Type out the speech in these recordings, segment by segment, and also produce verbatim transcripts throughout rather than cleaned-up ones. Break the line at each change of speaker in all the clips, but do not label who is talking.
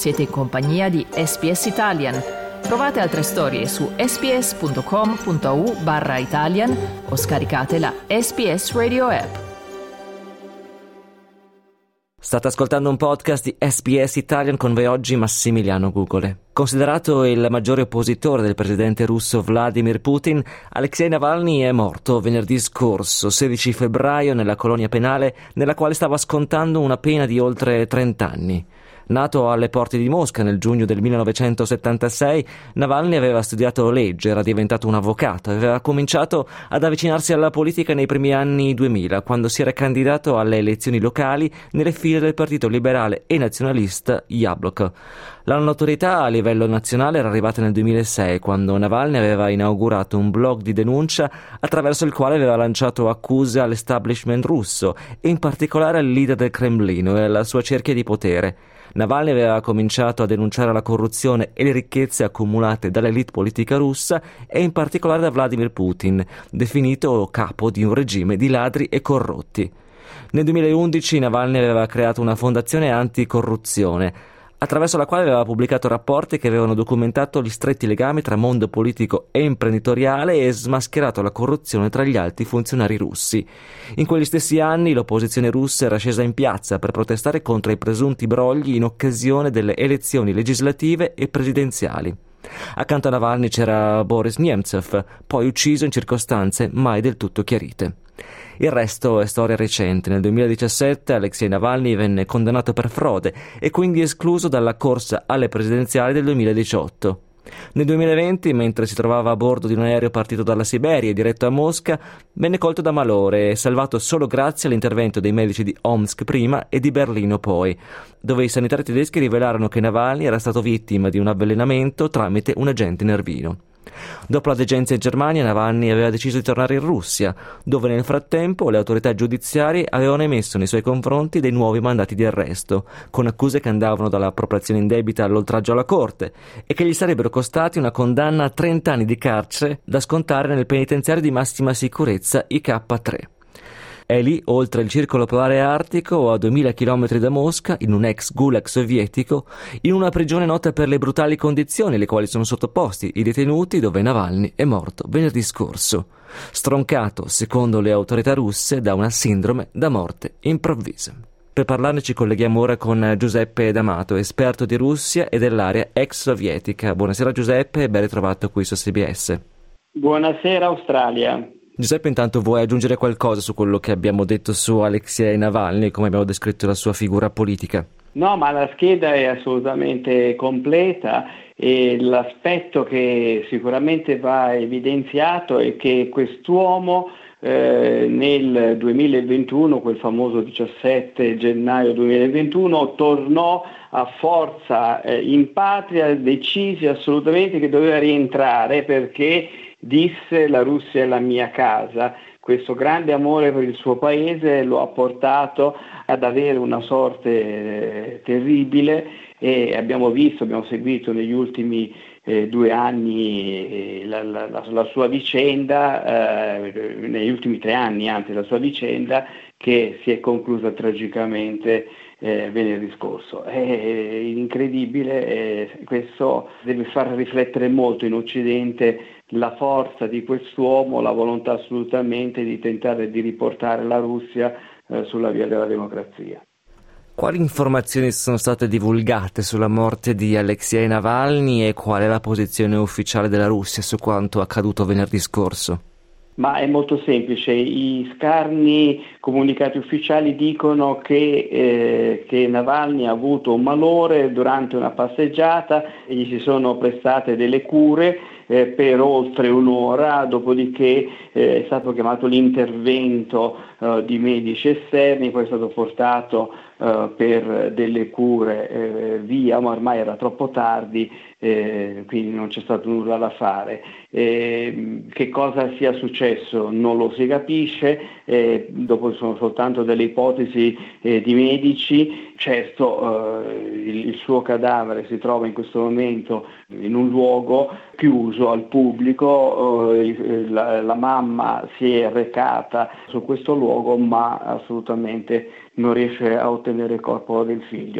Siete in compagnia di S B S Italian. Trovate altre storie su sbs.com.au barra Italian o scaricate la S B S Radio app.
State ascoltando un podcast di S B S Italian, con voi oggi Massimiliano Gugole. Considerato il maggiore oppositore del presidente russo Vladimir Putin, Alexei Navalny è morto venerdì scorso, sedici febbraio, nella colonia penale nella quale stava scontando una pena di oltre trenta anni. Nato alle porte di Mosca nel giugno del millenovecentosettantasei, Navalny aveva studiato legge, era diventato un avvocato e aveva cominciato ad avvicinarsi alla politica nei primi anni duemila, quando si era candidato alle elezioni locali nelle file del partito liberale e nazionalista Yabloko. La notorietà a livello nazionale era arrivata nel duemilasei, quando Navalny aveva inaugurato un blog di denuncia attraverso il quale aveva lanciato accuse all'establishment russo e in particolare al leader del Cremlino e alla sua cerchia di potere. Navalny aveva cominciato a denunciare la corruzione e le ricchezze accumulate dall'elite politica russa e in particolare da Vladimir Putin, definito capo di un regime di ladri e corrotti. Nel duemilaundici Navalny aveva creato una fondazione anticorruzione, attraverso la quale aveva pubblicato rapporti che avevano documentato gli stretti legami tra mondo politico e imprenditoriale e smascherato la corruzione tra gli alti funzionari russi. In quegli stessi anni l'opposizione russa era scesa in piazza per protestare contro i presunti brogli in occasione delle elezioni legislative e presidenziali. Accanto a Navalny c'era Boris Nemtsov, poi ucciso in circostanze mai del tutto chiarite. Il resto è storia recente. Nel duemiladiciassette Alexei Navalny venne condannato per frode e quindi escluso dalla corsa alle presidenziali del duemiladiciotto. Nel duemilaventi, mentre si trovava a bordo di un aereo partito dalla Siberia e diretto a Mosca, venne colto da malore e salvato solo grazie all'intervento dei medici di Omsk prima e di Berlino poi, dove i sanitari tedeschi rivelarono che Navalny era stato vittima di un avvelenamento tramite un agente nervino. Dopo la degenza in Germania, Navalny aveva deciso di tornare in Russia, dove nel frattempo le autorità giudiziarie avevano emesso nei suoi confronti dei nuovi mandati di arresto, con accuse che andavano dall'appropriazione indebita all'oltraggio alla corte e che gli sarebbero costati una condanna a trenta anni di carcere da scontare nel penitenziario di massima sicurezza I K tre. È lì, oltre il circolo polare artico, a duemila chilometri da Mosca, in un ex gulag sovietico, in una prigione nota per le brutali condizioni alle quali sono sottoposti i detenuti, dove Navalny è morto venerdì scorso, stroncato, secondo le autorità russe, da una sindrome da morte improvvisa. Per parlarne ci colleghiamo ora con Giuseppe D'Amato, esperto di Russia e dell'area ex sovietica. Buonasera Giuseppe e ben ritrovato qui su S B S.
Buonasera Australia.
Giuseppe, intanto vuoi aggiungere qualcosa su quello che abbiamo detto su Alexei Navalny e come abbiamo descritto la sua figura politica?
No, ma la scheda è assolutamente completa e l'aspetto che sicuramente va evidenziato è che quest'uomo eh, nel duemilaventuno, quel famoso diciassette gennaio duemilaventuno, tornò a forza eh, in patria, decise assolutamente che doveva rientrare perché disse: la Russia è la mia casa. Questo grande amore per il suo paese lo ha portato ad avere una sorte eh, terribile e abbiamo visto, abbiamo seguito negli ultimi eh, due anni eh, la, la, la, la sua vicenda, eh, negli ultimi tre anni anzi la sua vicenda, che si è conclusa tragicamente Eh, venerdì scorso. È incredibile, eh, questo deve far riflettere molto in Occidente la forza di quest'uomo, la volontà assolutamente di tentare di riportare la Russia eh, sulla via della democrazia.
Quali informazioni sono state divulgate sulla morte di Alexei Navalny e qual è la posizione ufficiale della Russia su quanto accaduto venerdì scorso?
Ma è molto semplice, i scarni comunicati ufficiali dicono che, eh, che Navalny ha avuto un malore durante una passeggiata e gli si sono prestate delle cure eh, per oltre un'ora, dopodiché eh, è stato chiamato l'intervento eh, di medici esterni, poi è stato portato eh, per delle cure eh, via, ma ormai era troppo tardi, eh, quindi non c'è stato nulla da fare. Eh, che cosa sia successo non lo si capisce, eh, dopo sono soltanto delle ipotesi eh, di medici. Certo, eh, il, il suo cadavere si trova in questo momento in un luogo chiuso al pubblico, eh, la, la mamma si è recata su questo luogo ma assolutamente non riesce a ottenere il corpo del figlio.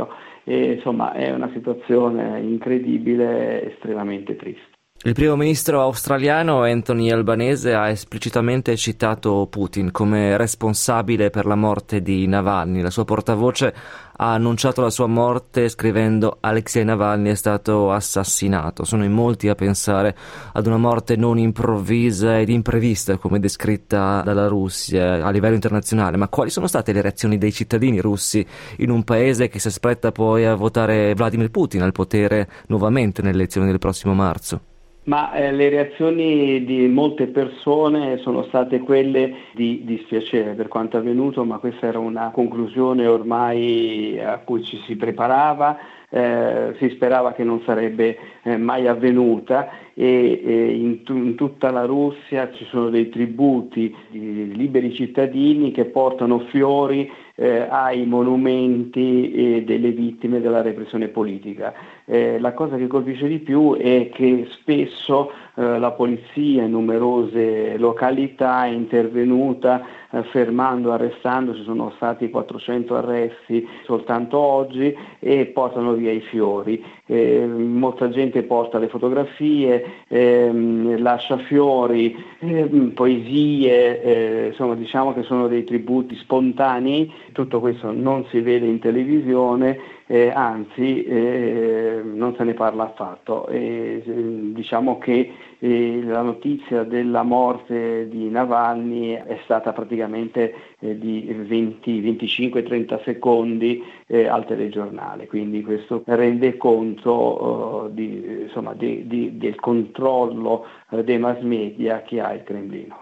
e, insomma è una situazione incredibile, estremamente triste.
Il primo ministro australiano Anthony Albanese ha esplicitamente citato Putin come responsabile per la morte di Navalny. La sua portavoce ha annunciato la sua morte scrivendo: Alexei Navalny è stato assassinato. Sono in molti a pensare ad una morte non improvvisa ed imprevista come descritta dalla Russia a livello internazionale. Ma quali sono state le reazioni dei cittadini russi in un paese che si aspetta poi a votare Vladimir Putin al potere nuovamente nelle elezioni del prossimo marzo?
Ma eh, le reazioni di molte persone sono state quelle di dispiacere per quanto avvenuto, ma questa era una conclusione ormai a cui ci si preparava, eh, si sperava che non sarebbe eh, mai avvenuta e eh, in, t- in tutta la Russia ci sono dei tributi di liberi cittadini che portano fiori eh, ai monumenti eh, delle vittime della repressione politica. Eh, la cosa che colpisce di più è che spesso eh, la polizia in numerose località è intervenuta eh, fermando, arrestando, ci sono stati quattrocento arresti soltanto oggi e portano via i fiori. Eh, molta gente porta le fotografie, ehm, lascia fiori, ehm, poesie, eh, insomma diciamo che sono dei tributi spontanei. Tutto questo non si vede in televisione, eh, anzi eh, non se ne parla affatto. Eh, diciamo che eh, la notizia della morte di Navalny è stata praticamente eh, di venti, venticinque, trenta secondi eh, al telegiornale, quindi questo rende conto eh, di, insomma, di, di, del controllo eh, dei mass media che ha il Cremlino.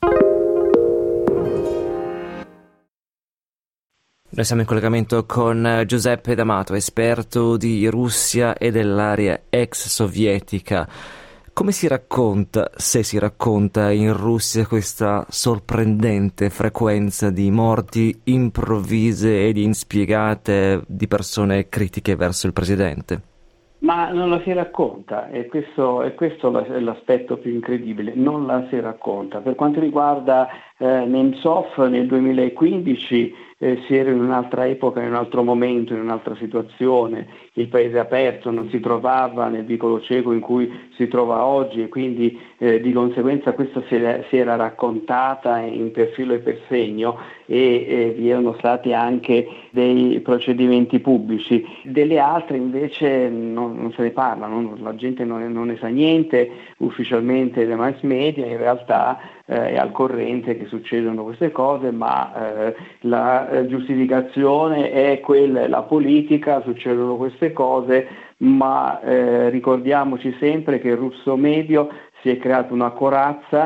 Noi siamo in collegamento con Giuseppe D'Amato, esperto di Russia e dell'area ex sovietica. Come si racconta, se si racconta in Russia, questa sorprendente frequenza di morti improvvise ed inspiegate di persone critiche verso il presidente?
Ma non la si racconta, e questo è questo l'aspetto più incredibile, non la si racconta. Per quanto riguarda eh, Nemtsov, nel duemilaquindici eh, si era in un'altra epoca, in un altro momento, in un'altra situazione, il paese aperto non si trovava nel vicolo cieco in cui si trova oggi e quindi eh, di conseguenza questo si era, si era raccontata in per filo e per segno e eh, vi erano stati anche dei procedimenti pubblici. Delle altre invece non, non se ne parla, non, la gente non, non ne sa niente, ufficialmente dei mass media in realtà eh, è al corrente che succedono queste cose, ma eh, la eh, giustificazione è quella, la politica, succedono queste cose, ma eh, ricordiamoci sempre che il russo medio si è creato una corazza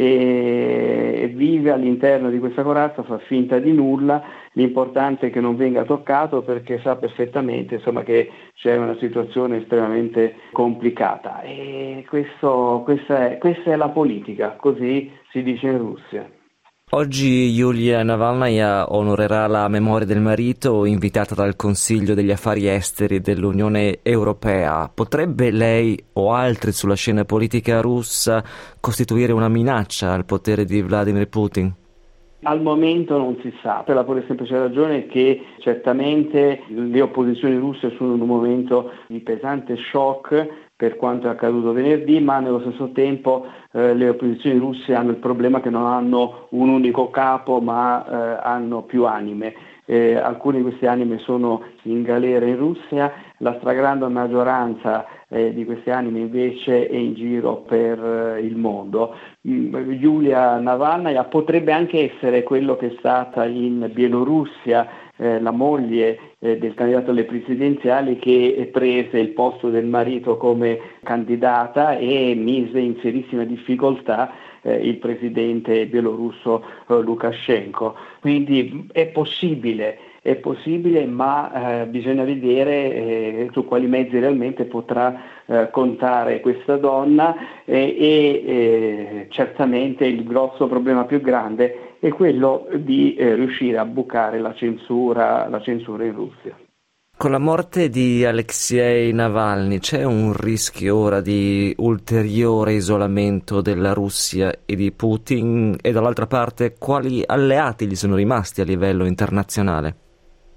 e vive all'interno di questa corazza, fa finta di nulla. L'importante è che non venga toccato perché sa perfettamente insomma, che c'è una situazione estremamente complicata e questo, questa, è, questa è la politica, così si dice in Russia.
Oggi Yulia Navalnaya onorerà la memoria del marito, invitata dal Consiglio degli Affari Esteri dell'Unione Europea. Potrebbe lei o altri sulla scena politica russa costituire una minaccia al potere di Vladimir Putin?
Al momento non si sa, per la pura semplice ragione che certamente le opposizioni russe sono in un momento di pesante shock per quanto è accaduto venerdì, ma nello stesso tempo eh, le opposizioni russe hanno il problema che non hanno un unico capo, ma eh, hanno più anime. Eh, alcune di queste anime sono in galera in Russia, la stragrande maggioranza eh, di queste anime invece è in giro per eh, il mondo. Mm, Yulia Navalnaya potrebbe anche essere quello che è stata in Bielorussia, eh, la moglie eh, del candidato alle presidenziali che prese il posto del marito come candidata e mise in serissima difficoltà eh, il presidente bielorusso eh, Lukashenko. Quindi è possibile, è possibile, ma eh, bisogna vedere eh, su quali mezzi realmente potrà eh, contare questa donna eh, e eh, certamente il grosso problema più grande è quello di eh, riuscire a bucare la censura, la censura in Russia.
Con la morte di Alexei Navalny c'è un rischio ora di ulteriore isolamento della Russia e di Putin, e dall'altra parte quali alleati gli sono rimasti a livello internazionale?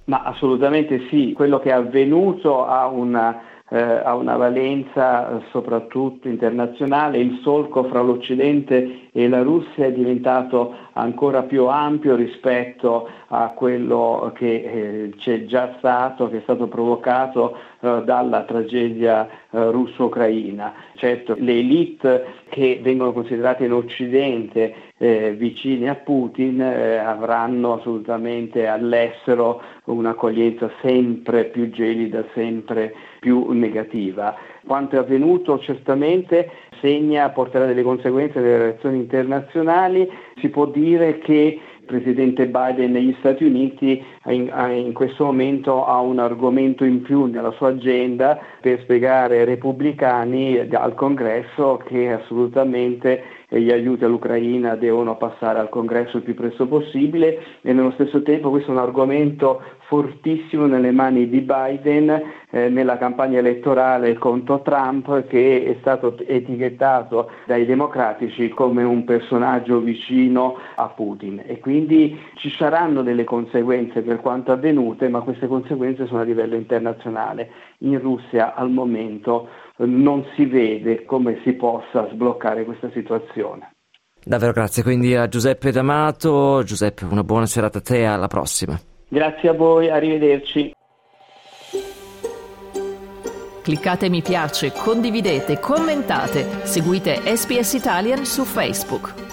Ma assolutamente sì, quello che è avvenuto ha una, eh, ha una valenza eh, soprattutto internazionale. Il solco fra l'Occidente e la Russia è diventato ancora più ampio rispetto a quello che eh, c'è già stato, che è stato provocato eh, dalla tragedia eh, russo-ucraina. Certo, le elite che vengono considerate in Occidente eh, vicine a Putin eh, avranno assolutamente all'estero un'accoglienza sempre più gelida, sempre più negativa. Quanto è avvenuto certamente segna, porterà delle conseguenze nelle relazioni internazionali. Si può dire che il presidente Biden negli Stati Uniti in, in questo momento ha un argomento in più nella sua agenda per spiegare ai repubblicani al Congresso che assolutamente gli aiuti all'Ucraina devono passare al Congresso il più presto possibile, e nello stesso tempo questo è un argomento fortissimo nelle mani di Biden eh, nella campagna elettorale contro Trump, che è stato etichettato dai democratici come un personaggio vicino a Putin, e quindi ci saranno delle conseguenze per quanto avvenute, ma queste conseguenze sono a livello internazionale. In Russia al momento non si vede come si possa sbloccare questa situazione.
Davvero grazie quindi a Giuseppe D'Amato. Giuseppe, una buona serata a te e alla prossima.
Grazie a voi, arrivederci.
Cliccate mi piace, condividete, commentate, seguite S B S Italian su Facebook.